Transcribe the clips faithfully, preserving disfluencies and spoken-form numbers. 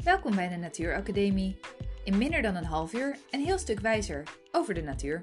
Welkom bij de Natuuracademie. In minder dan een half uur een heel stuk wijzer over de natuur.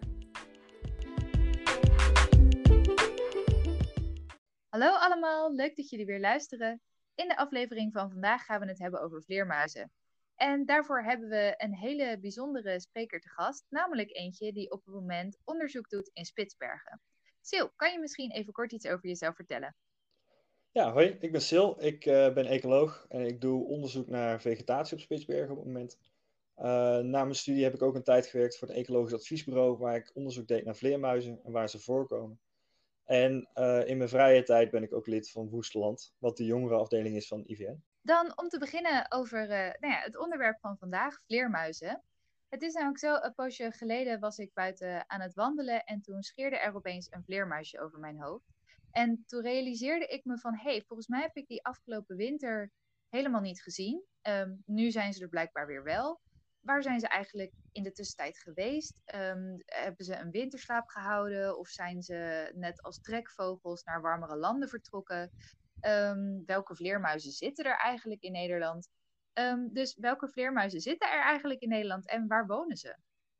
Hallo allemaal, leuk dat jullie weer luisteren. In de aflevering van vandaag gaan we het hebben over vleermuizen. En daarvoor hebben we een hele bijzondere spreker te gast, namelijk eentje die op het moment onderzoek doet in Spitsbergen. Sil, kan je misschien even kort iets over jezelf vertellen? Ja, hoi, ik ben Sil. Ik uh, ben ecoloog en ik doe onderzoek naar vegetatie op Spitsbergen op het moment. Uh, na mijn studie heb ik ook een tijd gewerkt voor het Ecologisch Adviesbureau, waar ik onderzoek deed naar vleermuizen en waar ze voorkomen. En uh, in mijn vrije tijd ben ik ook lid van Woesteland, wat de jongerenafdeling is van I V N. Dan om te beginnen over uh, nou ja, het onderwerp van vandaag, vleermuizen. Het is namelijk zo, een poosje geleden was ik buiten aan het wandelen en toen scheerde er opeens een vleermuisje over mijn hoofd. En toen realiseerde ik me van, hé, hey, volgens mij heb ik die afgelopen winter helemaal niet gezien. Um, nu zijn ze er blijkbaar weer wel. Waar zijn ze eigenlijk in de tussentijd geweest? Um, hebben ze een winterslaap gehouden of zijn ze net als trekvogels naar warmere landen vertrokken? Um, welke vleermuizen zitten er eigenlijk in Nederland? Um, dus welke vleermuizen zitten er eigenlijk in Nederland en waar wonen ze?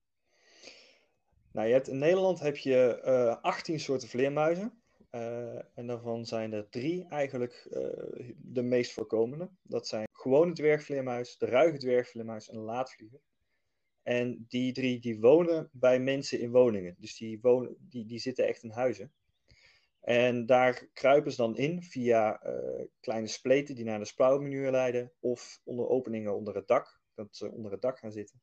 Nou, je hebt, in Nederland heb je uh, achttien soorten vleermuizen. Uh, en daarvan zijn er drie eigenlijk uh, de meest voorkomende. Dat zijn gewone dwergvleermuis, de ruige dwergvleermuis en de laatvlieger. En die drie die wonen bij mensen in woningen. Dus die, wonen, die, die zitten echt in huizen. En daar kruipen ze dan in via uh, kleine spleten die naar de spouwmuur leiden. Of onder openingen onder het dak. Dat ze onder het dak gaan zitten.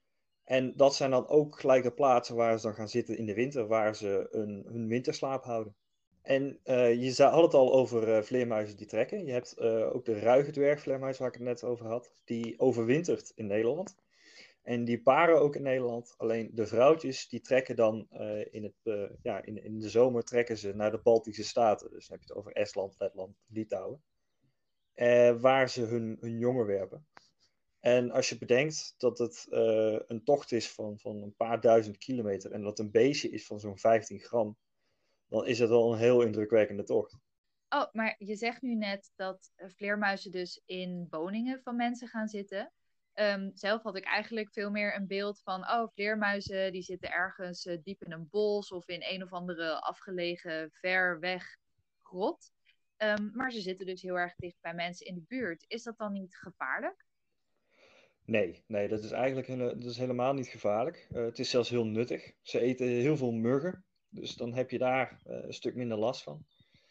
En dat zijn dan ook gelijk de plaatsen waar ze dan gaan zitten in de winter. Waar ze een, hun winterslaap houden. En uh, je had het al over uh, vleermuizen die trekken. Je hebt uh, ook de ruige dwergvleermuis waar ik het net over had. Die overwintert in Nederland. En die paren ook in Nederland. Alleen de vrouwtjes die trekken dan uh, in, het, uh, ja, in, in de zomer trekken ze naar de Baltische Staten. Dus dan heb je het over Estland, Letland, Litouwen. Uh, waar ze hun, hun jongen werpen. En als je bedenkt dat het uh, een tocht is van, van een paar duizend kilometer. En dat een beestje is van zo'n vijftien gram. Dan is het wel een heel indrukwekkende tocht. Oh, maar je zegt nu net dat vleermuizen dus in woningen van mensen gaan zitten. Um, zelf had ik eigenlijk veel meer een beeld van, oh, vleermuizen die zitten ergens uh, diep in een bos of in een of andere afgelegen, ver weg grot. Um, maar ze zitten dus heel erg dicht bij mensen in de buurt. Is dat dan niet gevaarlijk? Nee, nee, dat is eigenlijk hele, dat is helemaal niet gevaarlijk. Uh, het is zelfs heel nuttig. Ze eten heel veel muggen, dus dan heb je daar uh, een stuk minder last van.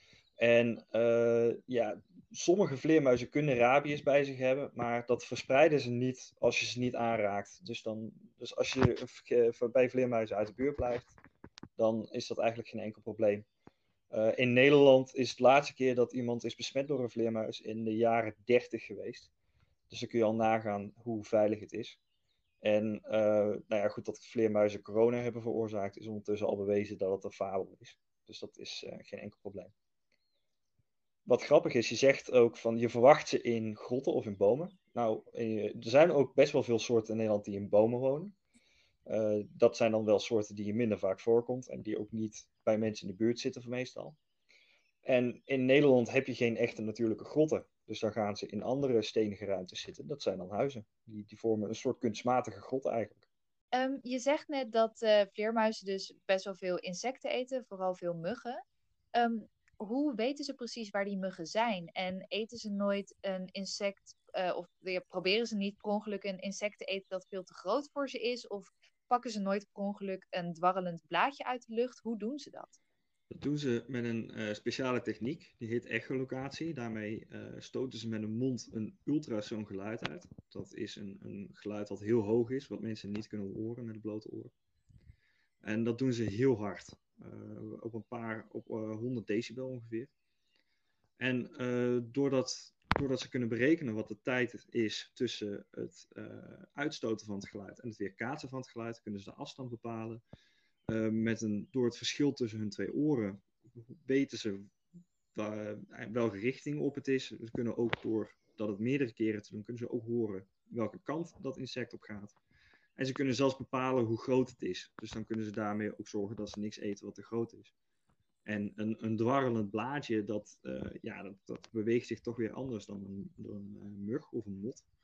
En uh, ja, sommige vleermuizen kunnen rabiës bij zich hebben, maar dat verspreiden ze niet als je ze niet aanraakt. Dus, dan, dus als je uh, bij vleermuizen uit de buurt blijft, dan is dat eigenlijk geen enkel probleem. Uh, in Nederland is het laatste keer dat iemand is besmet door een vleermuis in de jaren dertig geweest. Dus dan kun je al nagaan hoe veilig het is. En uh, nou ja, goed, dat vleermuizen corona hebben veroorzaakt, is ondertussen al bewezen dat het een fabel is. Dus dat is uh, geen enkel probleem. Wat grappig is, je zegt ook van je verwacht ze in grotten of in bomen. Nou, er zijn ook best wel veel soorten in Nederland die in bomen wonen. Uh, dat zijn dan wel soorten die je minder vaak voorkomt en die ook niet bij mensen in de buurt zitten meestal. En in Nederland heb je geen echte natuurlijke grotten. Dus dan gaan ze in andere stenige ruimtes zitten. Dat zijn dan huizen. Die, die vormen een soort kunstmatige grot eigenlijk. Um, je zegt net dat uh, vleermuizen dus best wel veel insecten eten, vooral veel muggen. Um, hoe weten ze precies waar die muggen zijn? En eten ze nooit een insect, uh, of ja, proberen ze niet per ongeluk een insect te eten dat veel te groot voor ze is? Of pakken ze nooit per ongeluk een dwarrelend blaadje uit de lucht? Hoe doen ze dat? Dat doen ze met een uh, speciale techniek, die heet echolocatie. Daarmee uh, stoten ze met hun mond een ultrasoongeluid uit. Dat is een, een geluid dat heel hoog is, wat mensen niet kunnen horen met het blote oor. En dat doen ze heel hard, uh, op een paar, op uh, honderd decibel ongeveer. En uh, doordat, doordat ze kunnen berekenen wat de tijd is tussen het uh, uitstoten van het geluid en het weerkaatsen van het geluid, kunnen ze de afstand bepalen. Uh, met een, door het verschil tussen hun twee oren weten ze waar, welke richting op het is. Ze kunnen ook door dat het meerdere keren te doen, kunnen ze ook horen welke kant dat insect op gaat. En ze kunnen zelfs bepalen hoe groot het is. Dus dan kunnen ze daarmee ook zorgen dat ze niks eten wat te groot is. En een, een dwarrelend blaadje, dat, uh, ja, dat, dat beweegt zich toch weer anders dan een, dan een uh, mug of een mot.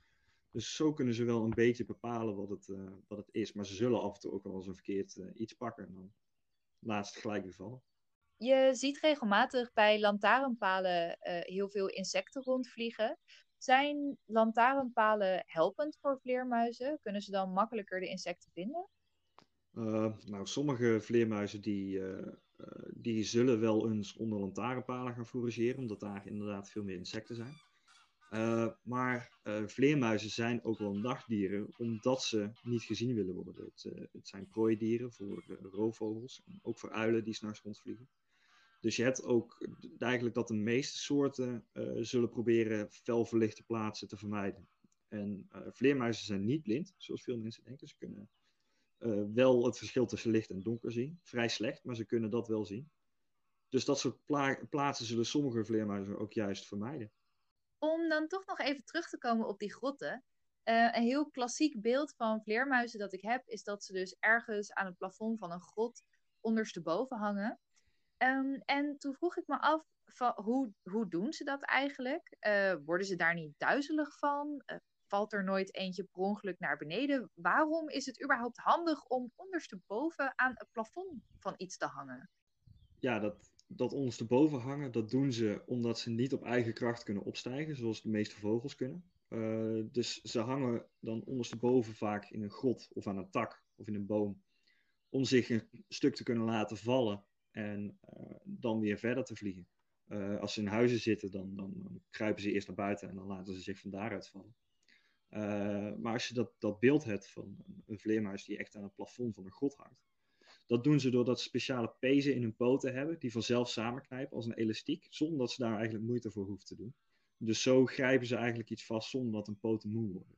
Dus zo kunnen ze wel een beetje bepalen wat het, uh, wat het is. Maar ze zullen af en toe ook wel eens een verkeerd uh, iets pakken. En dan laat ze het gelijk weer vallen. Je ziet regelmatig bij lantaarnpalen uh, heel veel insecten rondvliegen. Zijn lantaarnpalen helpend voor vleermuizen? Kunnen ze dan makkelijker de insecten vinden? Uh, nou, sommige vleermuizen die, uh, uh, die zullen wel eens onder lantaarnpalen gaan fourageren, omdat daar inderdaad veel meer insecten zijn. Uh, maar uh, vleermuizen zijn ook wel nachtdieren, omdat ze niet gezien willen worden. Het, uh, het zijn prooidieren voor uh, roofvogels, en ook voor uilen die 's nachts rondvliegen. Dus je hebt ook eigenlijk dat de meeste soorten uh, zullen proberen felverlichte plaatsen te vermijden. En uh, vleermuizen zijn niet blind, zoals veel mensen denken. Ze kunnen uh, wel het verschil tussen licht en donker zien. Vrij slecht, maar ze kunnen dat wel zien. Dus dat soort pla- plaatsen zullen sommige vleermuizen ook juist vermijden. Om dan toch nog even terug te komen op die grotten. Uh, een heel klassiek beeld van vleermuizen dat ik heb, is dat ze dus ergens aan het plafond van een grot ondersteboven hangen. Um, en toen vroeg ik me af, van, hoe, hoe doen ze dat eigenlijk? Uh, worden ze daar niet duizelig van? Uh, valt er nooit eentje per ongeluk naar beneden? Waarom is het überhaupt handig om ondersteboven aan het plafond van iets te hangen? Ja, dat, dat ondersteboven hangen, dat doen ze omdat ze niet op eigen kracht kunnen opstijgen, zoals de meeste vogels kunnen. Uh, dus ze hangen dan ondersteboven vaak in een grot of aan een tak of in een boom, om zich een stuk te kunnen laten vallen en uh, dan weer verder te vliegen. Uh, als ze in huizen zitten, dan, dan, dan kruipen ze eerst naar buiten en dan laten ze zich van daaruit vallen. Uh, maar als je dat, dat beeld hebt van een vleermuis die echt aan het plafond van een grot hangt, dat doen ze doordat ze speciale pezen in hun poten hebben, die vanzelf samenknijpen als een elastiek, zonder dat ze daar eigenlijk moeite voor hoeven te doen. Dus zo grijpen ze eigenlijk iets vast zonder dat hun poten moe worden.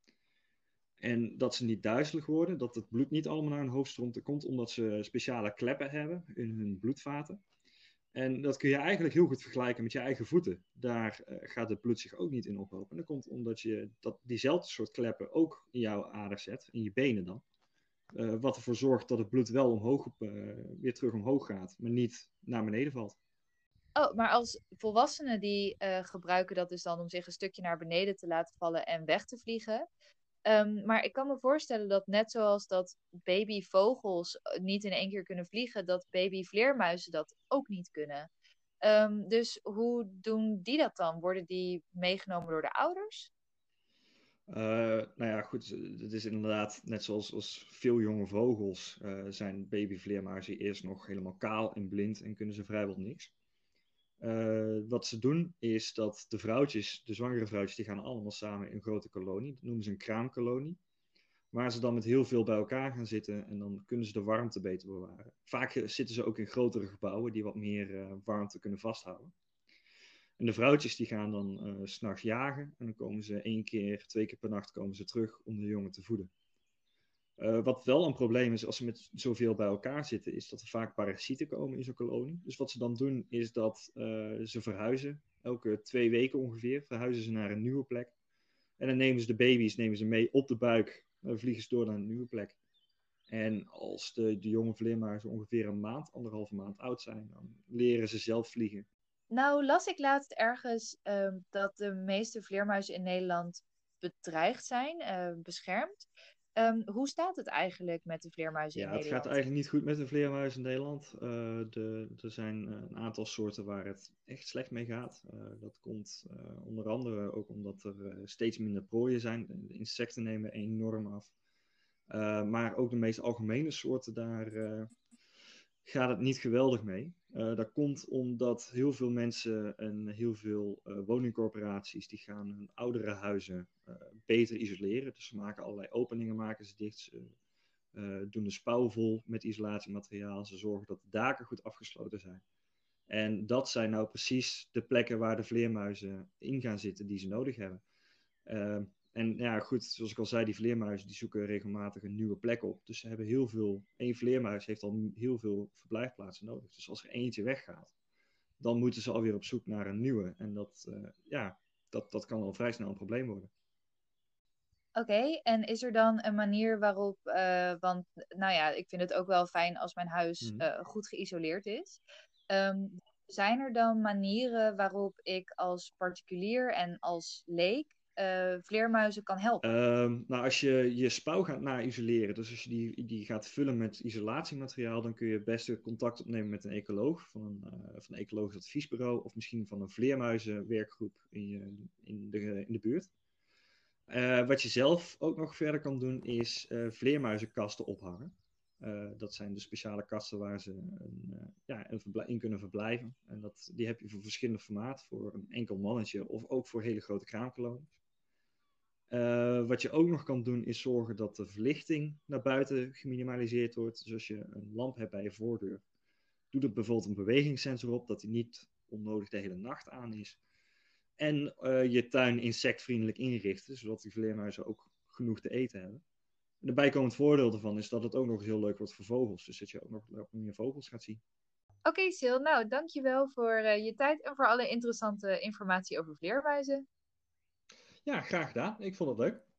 En dat ze niet duizelig worden, dat het bloed niet allemaal naar hun hoofd stroomt, dat komt omdat ze speciale kleppen hebben in hun bloedvaten. En dat kun je eigenlijk heel goed vergelijken met je eigen voeten. Daar uh, gaat het bloed zich ook niet in ophopen. En dat komt omdat je dat, diezelfde soort kleppen ook in jouw aders zet, in je benen dan. Uh, wat ervoor zorgt dat het bloed wel omhoog, uh, weer terug omhoog gaat, maar niet naar beneden valt. Oh, maar als volwassenen die uh, gebruiken dat dus dan om zich een stukje naar beneden te laten vallen en weg te vliegen. Um, maar ik kan me voorstellen dat net zoals dat babyvogels niet in één keer kunnen vliegen, dat babyvleermuizen dat ook niet kunnen. Um, dus hoe doen die dat dan? Worden die meegenomen door de ouders? Uh, nou ja, goed, het is inderdaad net zoals als veel jonge vogels uh, zijn babyvleermuizen eerst nog helemaal kaal en blind en kunnen ze vrijwel niks. Uh, wat ze doen is dat de vrouwtjes, de zwangere vrouwtjes, die gaan allemaal samen in een grote kolonie. Dat noemen ze een kraamkolonie. Waar ze dan met heel veel bij elkaar gaan zitten en dan kunnen ze de warmte beter bewaren. Vaak zitten ze ook in grotere gebouwen die wat meer uh, warmte kunnen vasthouden. En de vrouwtjes die gaan dan uh, 's nachts jagen en dan komen ze één keer, twee keer per nacht komen ze terug om de jongen te voeden. Uh, wat wel een probleem is als ze met zoveel bij elkaar zitten, is dat er vaak parasieten komen in zo'n kolonie. Dus wat ze dan doen, is dat uh, ze verhuizen. Elke twee weken ongeveer verhuizen ze naar een nieuwe plek. En dan nemen ze de baby's nemen ze mee op de buik, uh, vliegen ze door naar een nieuwe plek. En als de, de jonge vleermuizen ongeveer een maand, anderhalve maand oud zijn, dan leren ze zelf vliegen. Nou, las ik laatst ergens uh, dat de meeste vleermuizen in Nederland bedreigd zijn, uh, beschermd. Um, hoe staat het eigenlijk met de vleermuizen in Ja, het gaat Nederland? eigenlijk niet goed met de vleermuizen in Nederland. Uh, de, er zijn uh, een aantal soorten waar het echt slecht mee gaat. Uh, dat komt uh, onder andere ook omdat er uh, steeds minder prooien zijn. De insecten nemen enorm af. Uh, maar ook de meest algemene soorten, daar uh, gaat het niet geweldig mee. Uh, dat komt omdat heel veel mensen en heel veel uh, woningcorporaties die gaan hun oudere huizen uh, beter isoleren. Dus ze maken allerlei openingen, maken ze dicht. Ze uh, doen de spouw vol met isolatiemateriaal. Ze zorgen dat de daken goed afgesloten zijn. En dat zijn nou precies de plekken waar de vleermuizen in gaan zitten die ze nodig hebben. Uh, En ja, goed, zoals ik al zei, die vleermuizen die zoeken regelmatig een nieuwe plek op. Dus ze hebben heel veel, één vleermuis heeft al heel veel verblijfplaatsen nodig. Dus als er eentje weggaat, dan moeten ze alweer op zoek naar een nieuwe. En dat, uh, ja, dat, dat kan al vrij snel een probleem worden. Oké, okay, en is er dan een manier waarop, uh, want nou ja, ik vind het ook wel fijn als mijn huis Mm-hmm. uh, goed geïsoleerd is. Um, zijn er dan manieren waarop ik als particulier en als leek uh, vleermuizen kan helpen? Um, nou, als je je spouw gaat na-isoleren, dus als je die, die gaat vullen met isolatiemateriaal, dan kun je het beste contact opnemen met een ecoloog van een, uh, van een ecologisch adviesbureau of misschien van een vleermuizenwerkgroep in, je, in, de, in de buurt. Uh, wat je zelf ook nog verder kan doen, is uh, vleermuizenkasten ophangen. Uh, dat zijn de speciale kasten waar ze een, uh, ja, in kunnen verblijven. En dat, die heb je voor verschillende formaten, voor een enkel mannetje of ook voor hele grote kraamkolonies. Uh, wat je ook nog kan doen, is zorgen dat de verlichting naar buiten geminimaliseerd wordt. Dus als je een lamp hebt bij je voordeur, doe er bijvoorbeeld een bewegingssensor op, dat die niet onnodig de hele nacht aan is. En uh, je tuin insectvriendelijk inrichten, zodat die vleermuizen ook genoeg te eten hebben. En de bijkomend voordeel daarvan is dat het ook nog eens heel leuk wordt voor vogels. Dus dat je ook nog meer vogels gaat zien. Oké, okay, Sil. Nou, dankjewel voor uh, je tijd en voor alle interessante informatie over vleermuizen. Ja, graag gedaan. Ik vond het leuk.